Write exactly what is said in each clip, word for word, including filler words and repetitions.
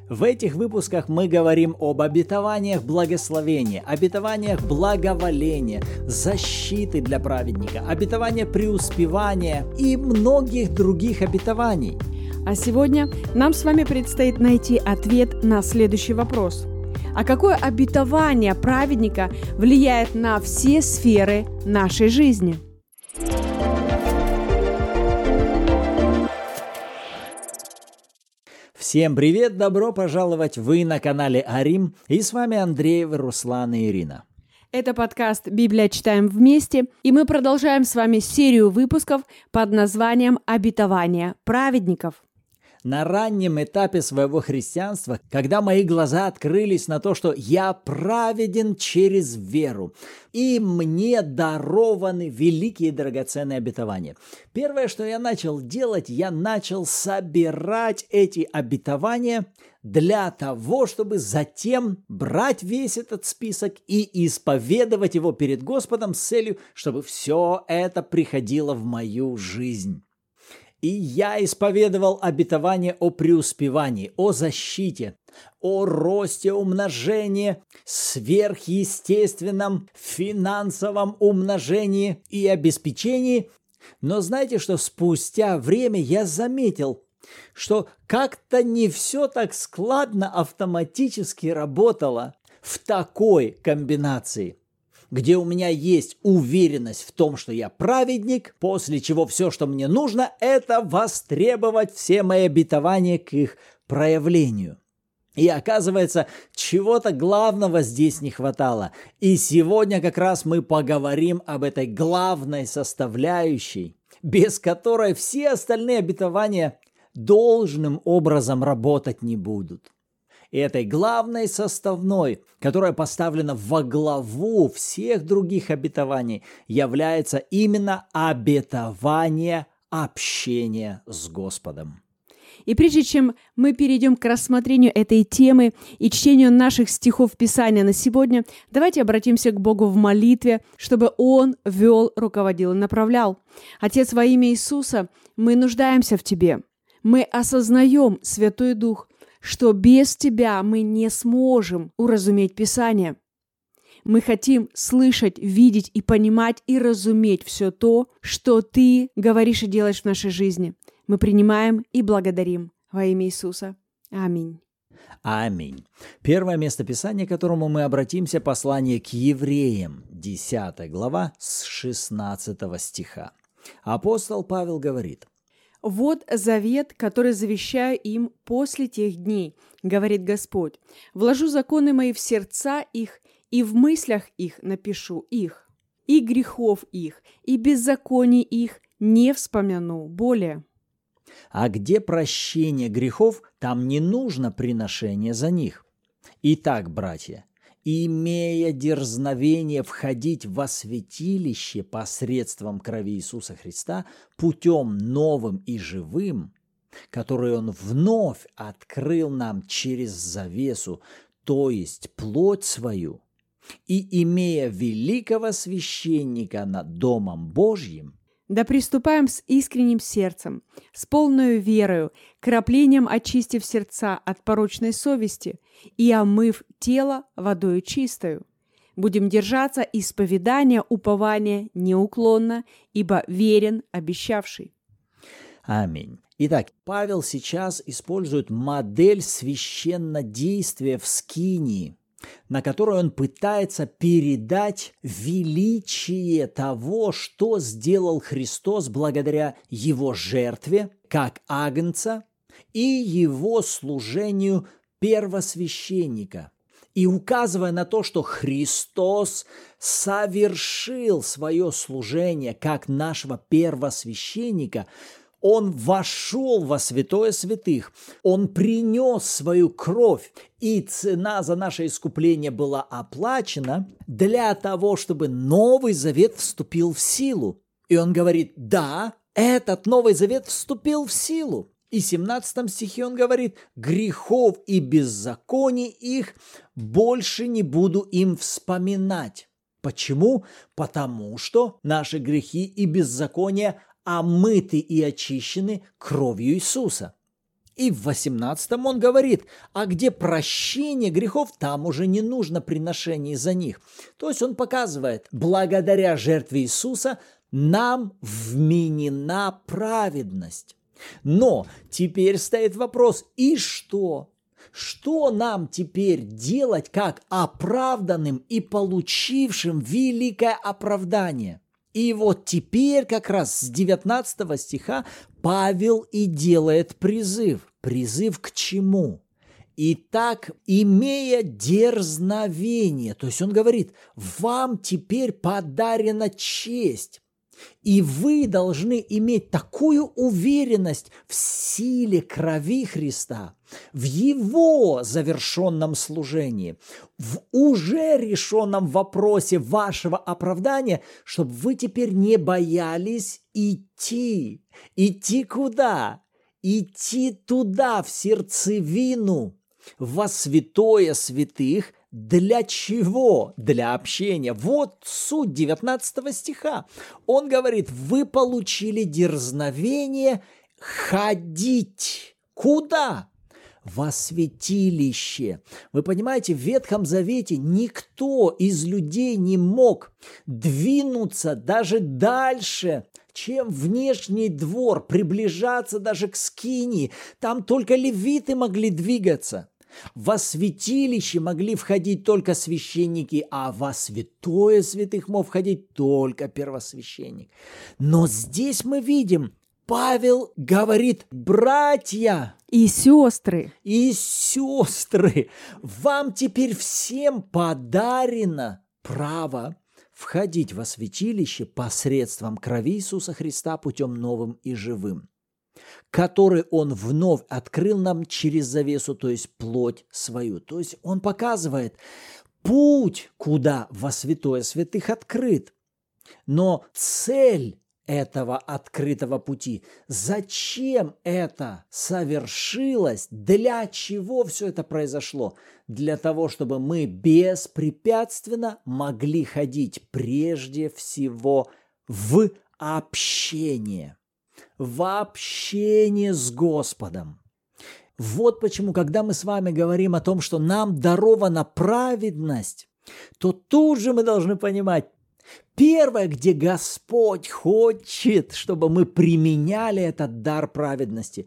В этих выпусках мы говорим об обетованиях благословения, обетованиях благоволения, защиты для праведника, обетованиях преуспевания и многих других обетований. А сегодня нам с вами предстоит найти ответ на следующий вопрос. А какое обетование праведника влияет на все сферы нашей жизни? Всем привет, добро пожаловать! Вы на канале Арим, и с вами Андреев, Руслан и Ирина. Это подкаст «Библия. Читаем вместе», и мы продолжаем с вами серию выпусков под названием «Обетование праведников». На раннем этапе своего христианства, когда мои глаза открылись на то, что я праведен через веру, и мне дарованы великие драгоценные обетования. Первое, что я начал делать, я начал собирать эти обетования для того, чтобы затем брать весь этот список и исповедовать его перед Господом с целью, чтобы все это приходило в мою жизнь. И я исповедовал обетование о преуспевании, о защите, о росте, умножении, сверхъестественном финансовом умножении и обеспечении. Но знаете, что спустя время я заметил, что как-то не все так складно автоматически работало в такой комбинации, где у меня есть уверенность в том, что я праведник, после чего все, что мне нужно, это востребовать все мои обетования к их проявлению. И оказывается, чего-то главного здесь не хватало. И сегодня как раз мы поговорим об этой главной составляющей, без которой все остальные обетования должным образом работать не будут. И этой главной составной, которая поставлена во главу всех других обетований, является именно обетование общения с Господом. И прежде чем мы перейдем к рассмотрению этой темы и чтению наших стихов Писания на сегодня, давайте обратимся к Богу в молитве, чтобы Он вел, руководил и направлял. Отец, во имя Иисуса, мы нуждаемся в Тебе. Мы осознаем, Святой Дух, что без Тебя мы не сможем уразуметь Писание. Мы хотим слышать, видеть и понимать и разуметь все то, что Ты говоришь и делаешь в нашей жизни. Мы принимаем и благодарим во имя Иисуса. Аминь. Аминь. Первое место Писания, к которому мы обратимся, послание к евреям, десятая глава, с шестнадцатого стиха. Апостол Павел говорит: «Вот завет, который завещаю им после тех дней, говорит Господь. Вложу законы мои в сердца их, и в мыслях их напишу их, и грехов их, и беззаконий их не вспомяну более». А где прощение грехов, там не нужно приношение за них. Итак, братья, имея дерзновение входить во святилище посредством крови Иисуса Христа путем новым и живым, который Он вновь открыл нам через завесу, то есть плоть свою, и имея великого священника над Домом Божьим, да приступаем с искренним сердцем, с полною верою, краплением очистив сердца от порочной совести и омыв тело водою чистою. Будем держаться исповедания упования неуклонно, ибо верен обещавший. Аминь. Итак, Павел сейчас использует модель священнодействия в скинии, на которой он пытается передать величие того, что сделал Христос благодаря Его жертве, как агнца, и Его служению первосвященника. И указывая на то, что Христос совершил свое служение как нашего первосвященника, Он вошел во святое святых, Он принес свою кровь, и цена за наше искупление была оплачена для того, чтобы Новый Завет вступил в силу. И Он говорит: да, этот Новый Завет вступил в силу. И в семнадцатом стихе Он говорит: грехов и беззаконий их больше не буду им вспоминать. Почему? Потому что наши грехи и беззакония омыты и очищены кровью Иисуса. И в восемнадцатом он говорит, а где прощение грехов, там уже не нужно приношений за них. То есть он показывает, благодаря жертве Иисуса нам вменена праведность. Но теперь стоит вопрос, и что? Что нам теперь делать как оправданным и получившим великое оправдание? И вот теперь как раз с девятнадцатого стиха Павел и делает призыв. Призыв к чему? Итак, имея дерзновение, то есть он говорит, вам теперь подарена честь, и вы должны иметь такую уверенность в силе крови Христа, в Его завершенном служении, в уже решенном вопросе вашего оправдания, чтобы вы теперь не боялись идти. Идти куда? Идти туда, в сердцевину, во святое святых. Для чего? Для общения. Вот суть девятнадцатого стиха. Он говорит, вы получили дерзновение ходить. Куда? Во святилище. Вы понимаете, в Ветхом Завете никто из людей не мог двинуться даже дальше, чем внешний двор, приближаться даже к скинии. Там только левиты могли двигаться. Во святилище могли входить только священники, а во святое святых мог входить только первосвященник. Но здесь мы видим, Павел говорит, братья и сестры, и сестры, вам теперь всем подарено право входить во святилище посредством крови Иисуса Христа путем новым и живым, который Он вновь открыл нам через завесу, то есть плоть свою. То есть Он показывает, путь, куда во святое святых открыт. Но цель этого открытого пути, зачем это совершилось, для чего все это произошло? Для того, чтобы мы беспрепятственно могли ходить прежде всего в общение. В общение с Господом. Вот почему, когда мы с вами говорим о том, что нам дарована праведность, то тут же мы должны понимать, первое, где Господь хочет, чтобы мы применяли этот дар праведности,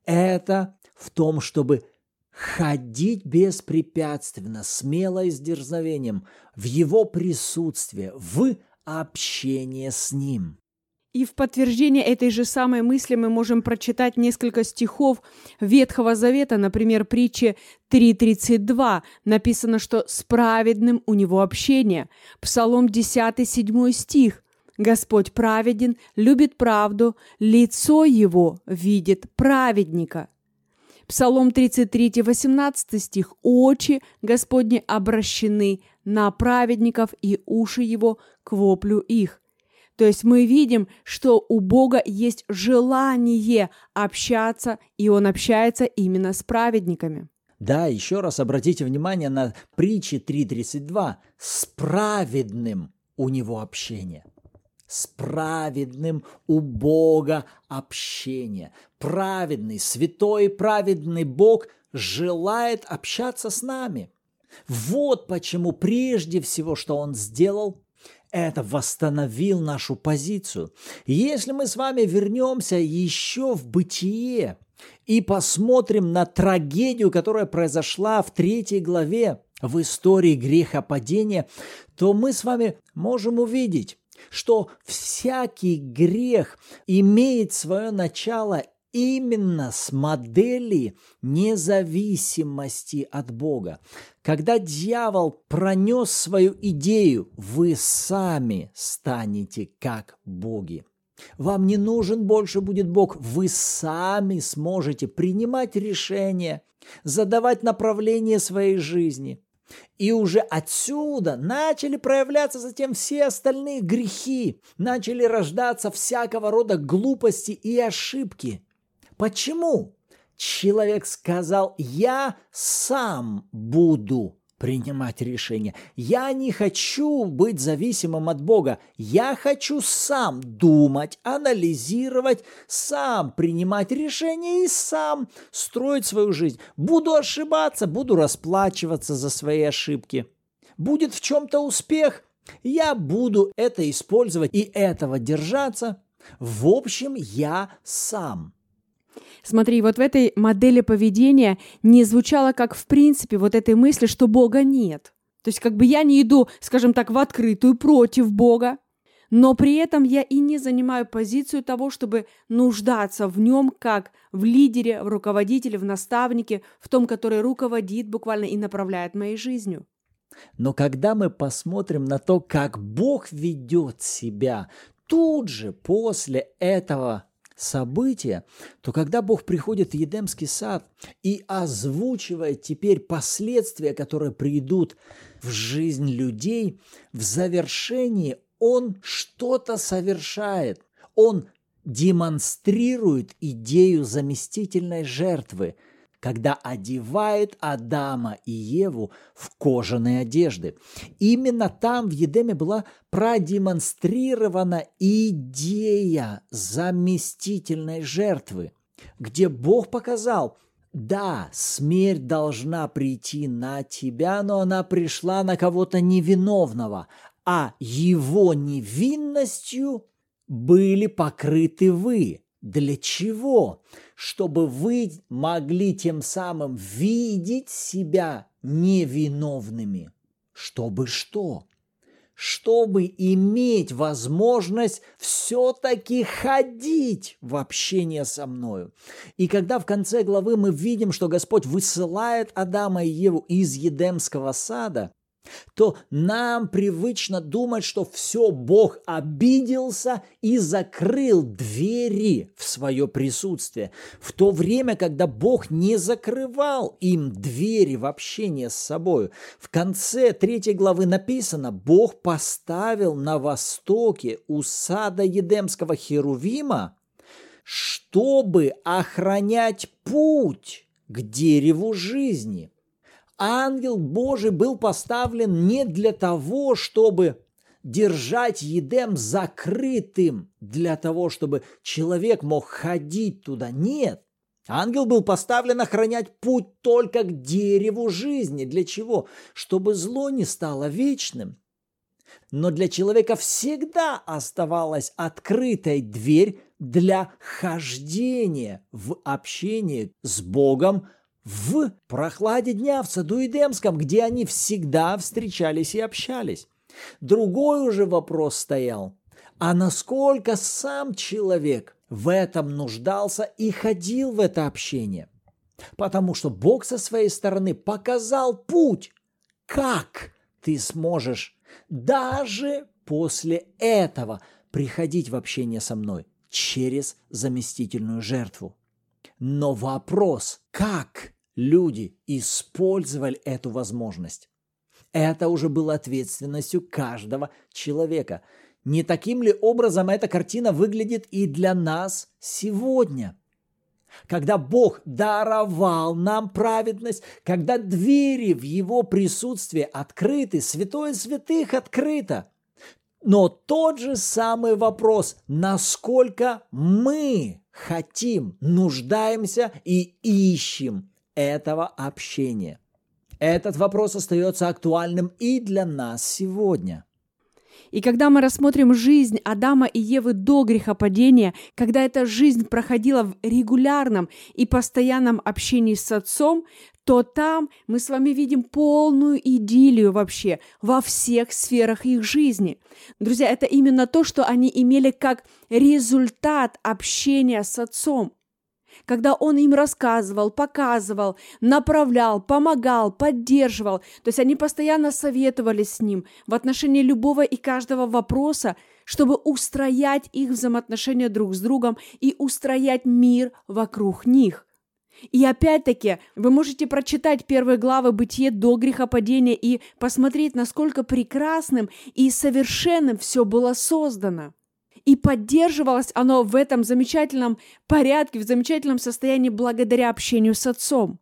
это в том, чтобы ходить беспрепятственно, смело и с дерзновением в Его присутствие, в общение с Ним. И в подтверждение этой же самой мысли мы можем прочитать несколько стихов Ветхого Завета, например, притче три тридцать два. Написано, что «с праведным у него общение». Псалом десятый, седьмой стих. «Господь праведен, любит правду, лицо его видит праведника». Псалом тридцать три, восемнадцатый стих. «Очи Господни обращены на праведников, и уши его к воплю их». То есть мы видим, что у Бога есть желание общаться, и Он общается именно с праведниками. Да, еще раз обратите внимание на притчи три тридцать два. С праведным у него общение. С праведным у Бога общение. Праведный, святой и праведный Бог желает общаться с нами. Вот почему прежде всего, что Он сделал, это восстановил нашу позицию. Если мы с вами вернемся еще в Бытие и посмотрим на трагедию, которая произошла в третьей главе в истории грехопадения, то мы с вами можем увидеть, что всякий грех имеет свое начало именно с модели независимости от Бога. Когда дьявол пронес свою идею, вы сами станете как боги. Вам не нужен больше будет Бог, вы сами сможете принимать решения, задавать направление своей жизни. И уже отсюда начали проявляться затем все остальные грехи, начали рождаться всякого рода глупости и ошибки. Почему? Человек сказал, я сам буду принимать решения. Я не хочу быть зависимым от Бога. Я хочу сам думать, анализировать, сам принимать решения и сам строить свою жизнь. Буду ошибаться, буду расплачиваться за свои ошибки. Будет в чем-то успех, я буду это использовать и этого держаться. В общем, я сам. Смотри, вот в этой модели поведения не звучало как в принципе вот этой мысли, что Бога нет. То есть как бы я не иду, скажем так, в открытую против Бога, но при этом я и не занимаю позицию того, чтобы нуждаться в нем как в лидере, в руководителе, в наставнике, в том, который руководит буквально и направляет моей жизнью. Но когда мы посмотрим на то, как Бог ведет себя тут же после этого события, то когда Бог приходит в Едемский сад и озвучивает теперь последствия, которые придут в жизнь людей, в завершении Он что-то совершает. Он демонстрирует идею заместительной жертвы, когда одевает Адама и Еву в кожаные одежды. Именно там в Едеме была продемонстрирована идея заместительной жертвы, где Бог показал, да, смерть должна прийти на тебя, но она пришла на кого-то невиновного, а его невинностью были покрыты вы. Для чего? Чтобы вы могли тем самым видеть себя невиновными. Чтобы что? Чтобы иметь возможность все-таки ходить в общение со мною. И когда в конце главы мы видим, что Господь высылает Адама и Еву из Едемского сада, то нам привычно думать, что все, Бог обиделся и закрыл двери в свое присутствие. В то время, когда Бог не закрывал им двери в общение с собой. В конце третьей главы написано, Бог поставил на востоке у сада Едемского Херувима, чтобы охранять путь к дереву жизни. Ангел Божий был поставлен не для того, чтобы держать Едем закрытым, для того, чтобы человек мог ходить туда. Нет. Ангел был поставлен охранять путь только к дереву жизни. Для чего? Чтобы зло не стало вечным. Но для человека всегда оставалась открытой дверь для хождения в общение с Богом, в прохладе дня в саду Едемском, где они всегда встречались и общались. Другой уже вопрос стоял, а насколько сам человек в этом нуждался и ходил в это общение? Потому что Бог со своей стороны показал путь, как ты сможешь даже после этого приходить в общение со мной через заместительную жертву. Но вопрос, как люди использовали эту возможность, это уже было ответственностью каждого человека. Не таким ли образом эта картина выглядит и для нас сегодня? Когда Бог даровал нам праведность, когда двери в Его присутствии открыты, святое святых открыто. Но тот же самый вопрос, насколько мы хотим, нуждаемся и ищем этого общения. Этот вопрос остается актуальным и для нас сегодня. И когда мы рассмотрим жизнь Адама и Евы до грехопадения, когда эта жизнь проходила в регулярном и постоянном общении с Отцом, то там мы с вами видим полную идиллию вообще во всех сферах их жизни. Друзья, это именно то, что они имели как результат общения с Отцом. Когда Он им рассказывал, показывал, направлял, помогал, поддерживал. То есть они постоянно советовались с Ним в отношении любого и каждого вопроса, чтобы устроять их взаимоотношения друг с другом и устроять мир вокруг них. И опять-таки, вы можете прочитать первые главы «Бытие» до грехопадения и посмотреть, насколько прекрасным и совершенным все было создано. И поддерживалось оно в этом замечательном порядке, в замечательном состоянии благодаря общению с Отцом.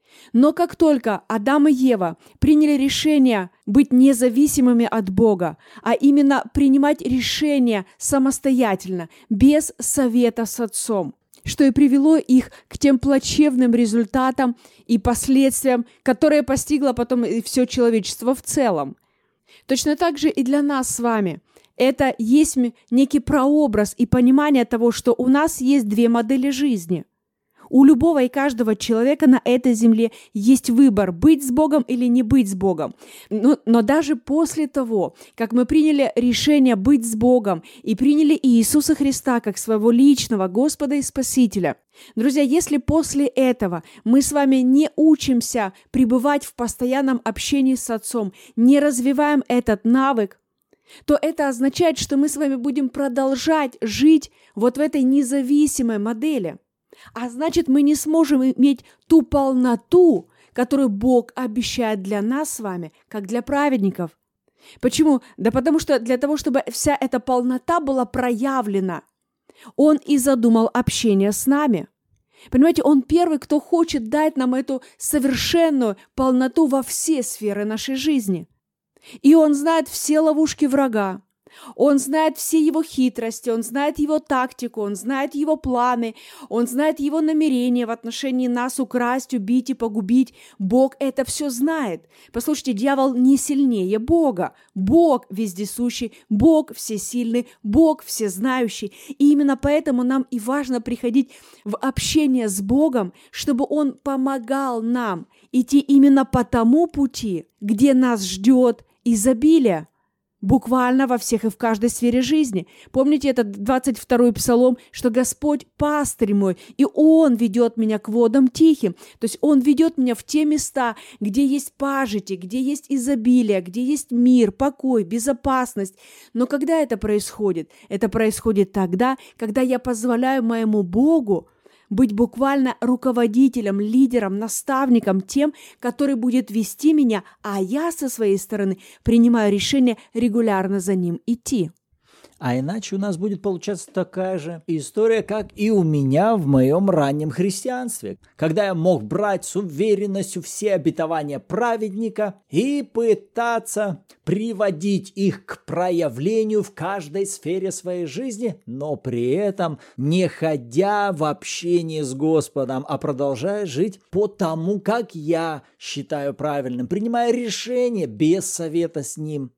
Но как только Адам и Ева приняли решение быть независимыми от Бога, а именно принимать решения самостоятельно, без совета с Отцом, что и привело их к тем плачевным результатам и последствиям, которые постигло потом и все человечество в целом. Точно так же и для нас с вами. Это есть некий прообраз и понимание того, что у нас есть две модели жизни. У любого и каждого человека на этой земле есть выбор, быть с Богом или не быть с Богом. Но, но даже после того, как мы приняли решение быть с Богом и приняли Иисуса Христа как своего личного Господа и Спасителя, друзья, если после этого мы с вами не учимся пребывать в постоянном общении с Отцом, не развиваем этот навык, то это означает, что мы с вами будем продолжать жить вот в этой независимой модели. А значит, мы не сможем иметь ту полноту, которую Бог обещает для нас с вами, как для праведников. Почему? Да потому что для того, чтобы вся эта полнота была проявлена, Он и задумал общение с нами. Понимаете, Он первый, кто хочет дать нам эту совершенную полноту во все сферы нашей жизни. И Он знает все ловушки врага. Он знает все его хитрости, он знает его тактику, он знает его планы, он знает его намерения в отношении нас украсть, убить и погубить. Бог это все знает. Послушайте, дьявол не сильнее Бога. Бог вездесущий, Бог всесильный, Бог всезнающий. И именно поэтому нам и важно приходить в общение с Богом, чтобы Он помогал нам идти именно по тому пути, где нас ждет изобилие. Буквально во всех и в каждой сфере жизни. Помните этот двадцать второй псалом, что Господь пастырь мой, и Он ведет меня к водам тихим. То есть Он ведет меня в те места, где есть пажити, где есть изобилие, где есть мир, покой, безопасность. Но когда это происходит? Это происходит тогда, когда я позволяю моему Богу быть буквально руководителем, лидером, наставником, тем, который будет вести меня, а я со своей стороны принимаю решение регулярно за ним идти. А иначе у нас будет получаться такая же история, как и у меня в моем раннем христианстве, когда я мог брать с уверенностью все обетования праведника и пытаться приводить их к проявлению в каждой сфере своей жизни, но при этом не ходя в общение с Господом, а продолжая жить по тому, как я считаю правильным, принимая решения без совета с Ним,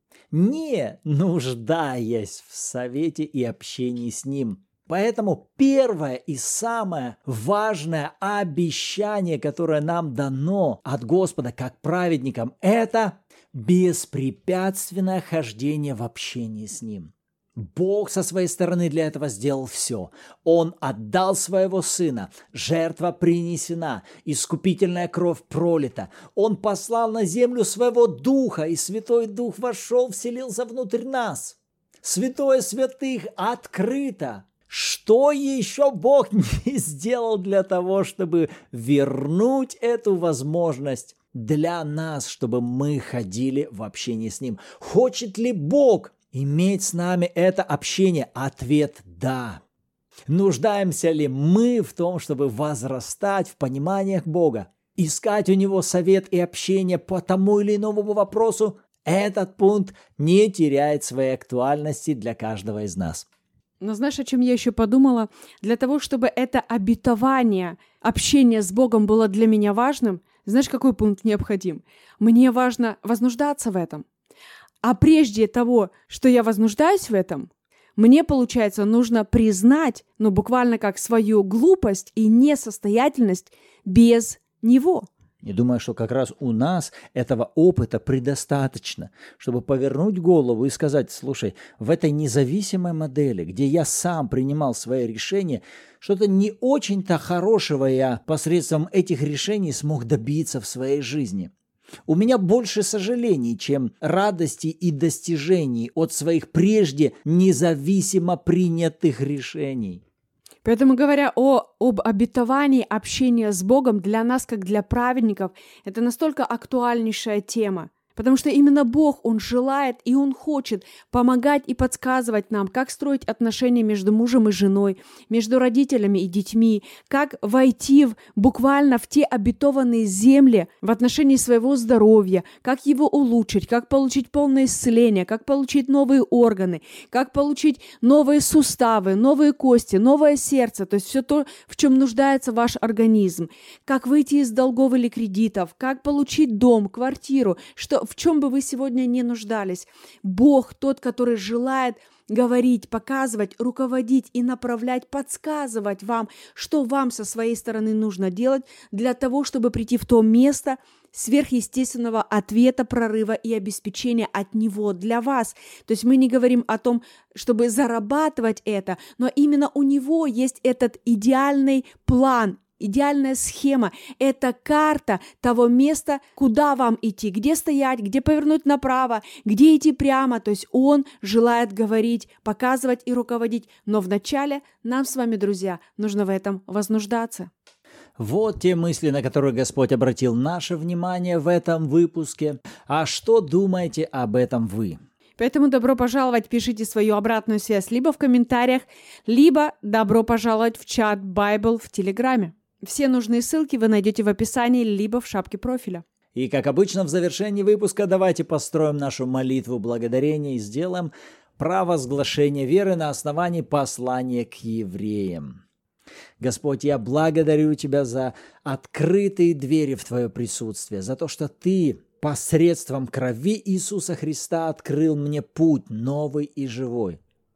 не нуждаясь в совете и общении с Ним. Поэтому первое и самое важное обещание, которое нам дано от Господа как праведникам, это беспрепятственное хождение в общении с Ним. Бог со своей стороны для этого сделал все. Он отдал своего Сына, жертва принесена, искупительная кровь пролита. Он послал на землю своего Духа, и Святой Дух вошел, вселился внутрь нас. Святое святых открыто. Что еще Бог не сделал для того, чтобы вернуть эту возможность для нас, чтобы мы ходили в общении с Ним? Хочет ли Бог иметь с нами это общение? Ответ – да. Нуждаемся ли мы в том, чтобы возрастать в пониманиях Бога, искать у Него совет и общение по тому или иному вопросу? Этот пункт не теряет своей актуальности для каждого из нас. Но знаешь, о чем я еще подумала? Для того, чтобы это обетование, общение с Богом было для меня важным, знаешь, какой пункт необходим? Мне важно вознуждаться в этом. А прежде того, что я вознуждаюсь в этом, мне, получается, нужно признать, ну, буквально как свою глупость и несостоятельность без Него. И думаю, что как раз у нас этого опыта предостаточно, чтобы повернуть голову и сказать: слушай, в этой независимой модели, где я сам принимал свои решения, что-то не очень-то хорошего я посредством этих решений смог добиться в своей жизни. У меня больше сожалений, чем радости и достижений от своих прежде независимо принятых решений. Поэтому, говоря о, об обетовании общения с Богом для нас, как для праведников, это настолько актуальнейшая тема. Потому что именно Бог, Он желает и Он хочет помогать и подсказывать нам, как строить отношения между мужем и женой, между родителями и детьми, как войти в, буквально в те обетованные земли в отношении своего здоровья, как его улучшить, как получить полное исцеление, как получить новые органы, как получить новые суставы, новые кости, новое сердце, то есть все то, в чем нуждается ваш организм, как выйти из долгов или кредитов, как получить дом, квартиру, что в чем бы вы сегодня не нуждались. Бог тот, который желает говорить, показывать, руководить и направлять, подсказывать вам, что вам со своей стороны нужно делать для того, чтобы прийти в то место сверхъестественного ответа, прорыва и обеспечения от Него для вас. То есть мы не говорим о том, чтобы зарабатывать это, но именно у Него есть этот идеальный план, идеальная схема – это карта того места, куда вам идти, где стоять, где повернуть направо, где идти прямо. То есть Он желает говорить, показывать и руководить. Но вначале нам с вами, друзья, нужно в этом вознуждаться. Вот те мысли, на которые Господь обратил наше внимание в этом выпуске. А что думаете об этом вы? Поэтому добро пожаловать, пишите свою обратную связь либо в комментариях, либо добро пожаловать в чат Bible в Телеграме. Все нужные ссылки вы найдете в описании, либо в шапке профиля. И, как обычно, в завершении выпуска давайте построим нашу молитву благодарения и сделаем провозглашение веры на основании послания к евреям. Господь, я благодарю Тебя за открытые двери в Твое присутствие, за то, что Ты посредством крови Иисуса Христа открыл мне путь новый и живой.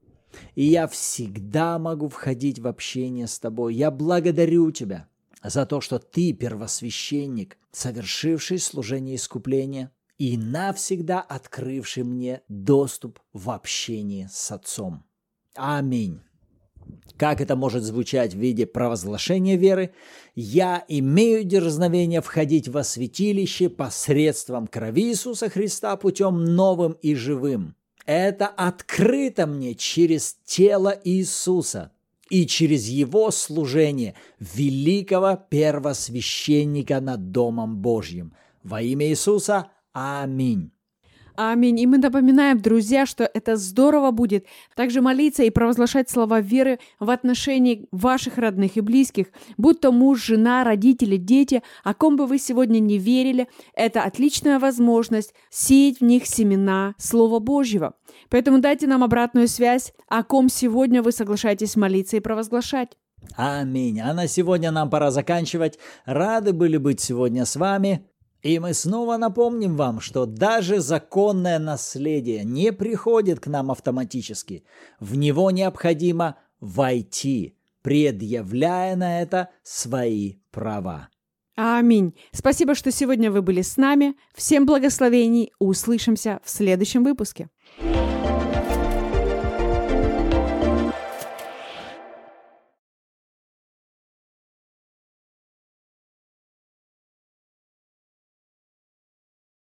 И я всегда могу входить в общение с Тобой. Я благодарю Тебя за то, что Ты первосвященник, совершивший служение искупления и навсегда открывший мне доступ в общение с Отцом. Аминь. Как это может звучать в виде провозглашения веры? Я имею дерзновение входить во святилище посредством крови Иисуса Христа путем новым и живым. Это открыто мне через тело Иисуса и через Его служение великого первосвященника над Домом Божьим. Во имя Иисуса. Аминь. Аминь. И мы напоминаем, друзья, что это здорово будет также молиться и провозглашать слова веры в отношении ваших родных и близких, будь то муж, жена, родители, дети, о ком бы вы сегодня не верили. Это отличная возможность сеять в них семена Слова Божьего. Поэтому дайте нам обратную связь, о ком сегодня вы соглашаетесь молиться и провозглашать. Аминь. А на сегодня нам пора заканчивать. Рады были быть сегодня с вами. И мы снова напомним вам, что даже законное наследие не приходит к нам автоматически. В него необходимо войти, предъявляя на это свои права. Аминь. Спасибо, что сегодня вы были с нами. Всем благословений. Услышимся в следующем выпуске.